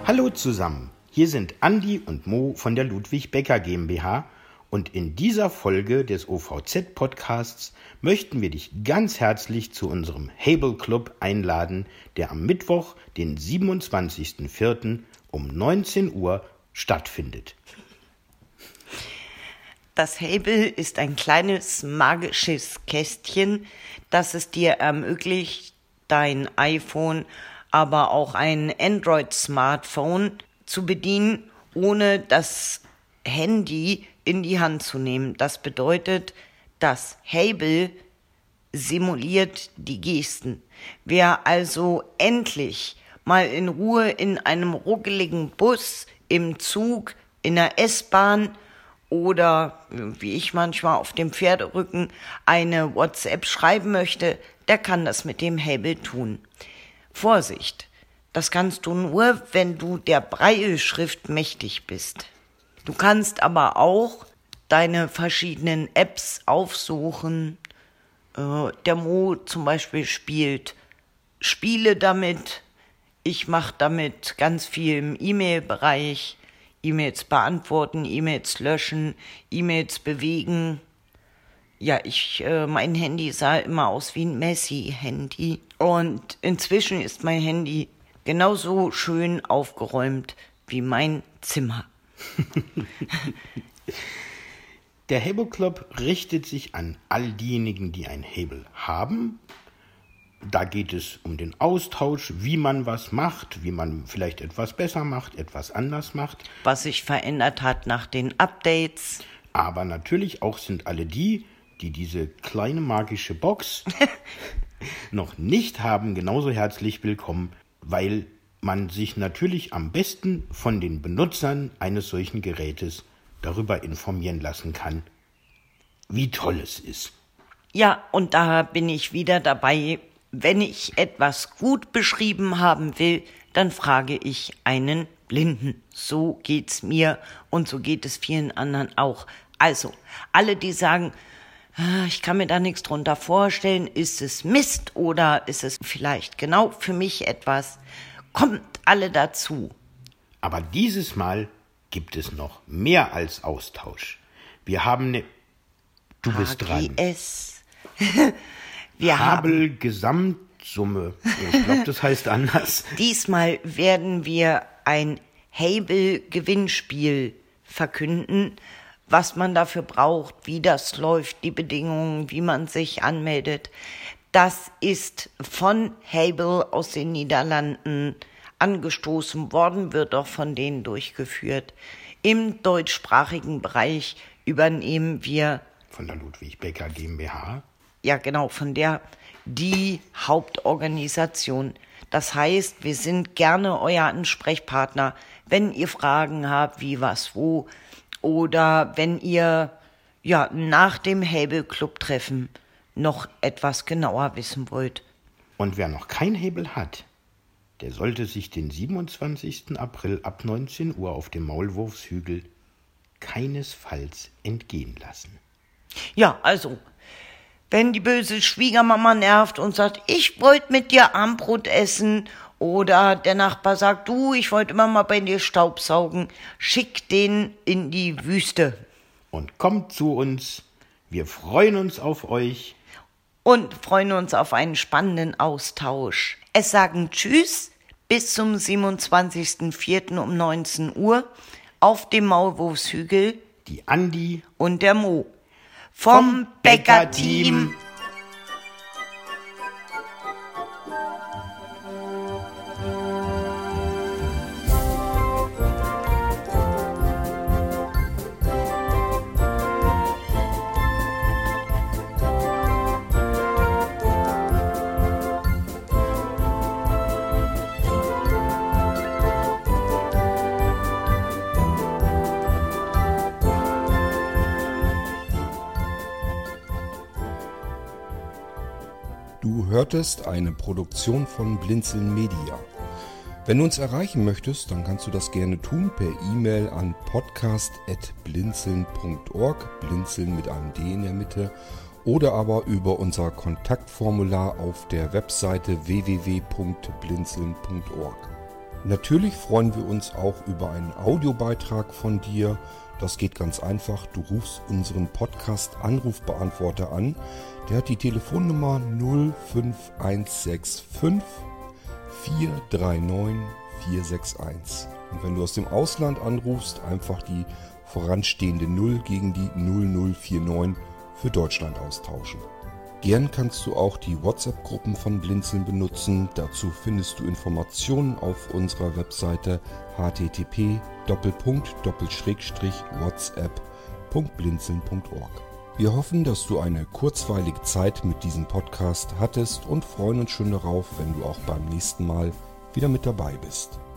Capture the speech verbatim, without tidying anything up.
Hallo zusammen, hier sind Andi und Mo von der Ludwig Becker GmbH und in dieser Folge des O V Z-Podcasts möchten wir dich ganz herzlich zu unserem Hable Club einladen, der am Mittwoch, den siebenundzwanzigsten vierten um neunzehn Uhr stattfindet. Das Hable ist ein kleines magisches Kästchen, das es dir ermöglicht, dein iPhone, aber auch ein Android-Smartphone zu bedienen, ohne das Handy in die Hand zu nehmen. Das bedeutet, das Hable simuliert die Gesten. Wer also endlich mal in Ruhe in einem ruckeligen Bus, im Zug, in der S-Bahn oder, wie ich manchmal auf dem Pferderücken, eine WhatsApp schreiben möchte, der kann das mit dem Hable tun. Vorsicht, das kannst du nur, wenn du der Brailleschrift mächtig bist. Du kannst aber auch deine verschiedenen Apps aufsuchen. Äh, der Mo zum Beispiel spielt Spiele damit. Ich mache damit ganz viel im E-Mail-Bereich. E-Mails beantworten, E-Mails löschen, E-Mails bewegen. Ja, ich, äh, mein Handy sah immer aus wie ein Messi-Handy. Und inzwischen ist mein Handy genauso schön aufgeräumt wie mein Zimmer. Der Hable Club richtet sich an all diejenigen, die ein Hable haben. Da geht es um den Austausch, wie man was macht, wie man vielleicht etwas besser macht, etwas anders macht. Was sich verändert hat nach den Updates. Aber natürlich auch sind alle die, die diese kleine magische Box noch nicht haben, genauso herzlich willkommen, weil man sich natürlich am besten von den Benutzern eines solchen Gerätes darüber informieren lassen kann, wie toll es ist. Ja, und da bin ich wieder dabei. Wenn ich etwas gut beschrieben haben will, dann frage ich einen Blinden. So geht's mir und so geht es vielen anderen auch. Also, alle, die sagen, ich kann mir da nichts drunter vorstellen, ist es Mist oder ist es vielleicht genau für mich etwas, kommt alle dazu. Aber dieses Mal gibt es noch mehr als Austausch. Wir haben eine... Du bist dran. H G S. Wir Hable haben Gesamtsumme. Ich glaube, das heißt anders. Diesmal werden wir ein Hable-Gewinnspiel verkünden, was man dafür braucht, wie das läuft, die Bedingungen, wie man sich anmeldet. Das ist von Hable aus den Niederlanden angestoßen worden, wird auch von denen durchgeführt. Im deutschsprachigen Bereich übernehmen wir von der Ludwig Becker GmbH. Ja, genau, von der die Hauptorganisation. Das heißt, wir sind gerne euer Ansprechpartner, wenn ihr Fragen habt, wie, was, wo, oder wenn ihr ja nach dem Hable Club Treffen noch etwas genauer wissen wollt. Und wer noch kein Hable hat, der sollte sich den siebenundzwanzigsten April ab neunzehn Uhr auf dem Maulwurfshügel keinesfalls entgehen lassen. Ja, also, wenn die böse Schwiegermama nervt und sagt, ich wollte mit dir Armbrot essen, oder der Nachbar sagt, du, ich wollte immer mal bei dir staubsaugen, schick den in die Wüste. Und kommt zu uns, wir freuen uns auf euch. Und freuen uns auf einen spannenden Austausch. Es sagen Tschüss, bis zum siebenundzwanzigsten vierten um neunzehn Uhr auf dem Maulwurfshügel die Andi und der Mo vom Becker-Team. Du hörtest eine Produktion von Blinzeln Media. Wenn du uns erreichen möchtest, dann kannst du das gerne tun per E-Mail an podcast at blinzeln punkt org, blinzeln mit einem D in der Mitte, oder aber über unser Kontaktformular auf der Webseite w w w punkt blinzeln punkt org. Natürlich freuen wir uns auch über einen Audiobeitrag von dir. Das geht ganz einfach. Du rufst unseren Podcast-Anrufbeantworter an. Der hat die Telefonnummer null fünf eins sechs fünf vier drei neun vier sechs eins. Und wenn du aus dem Ausland anrufst, einfach die voranstehende null gegen die null null vier neun für Deutschland austauschen. Gern kannst du auch die WhatsApp-Gruppen von Blinzeln benutzen. Dazu findest du Informationen auf unserer Webseite h t t p doppelpunkt doppelschrägstrich whatsapp punkt blinzeln punkt org. Wir hoffen, dass du eine kurzweilige Zeit mit diesem Podcast hattest und freuen uns schon darauf, wenn du auch beim nächsten Mal wieder mit dabei bist.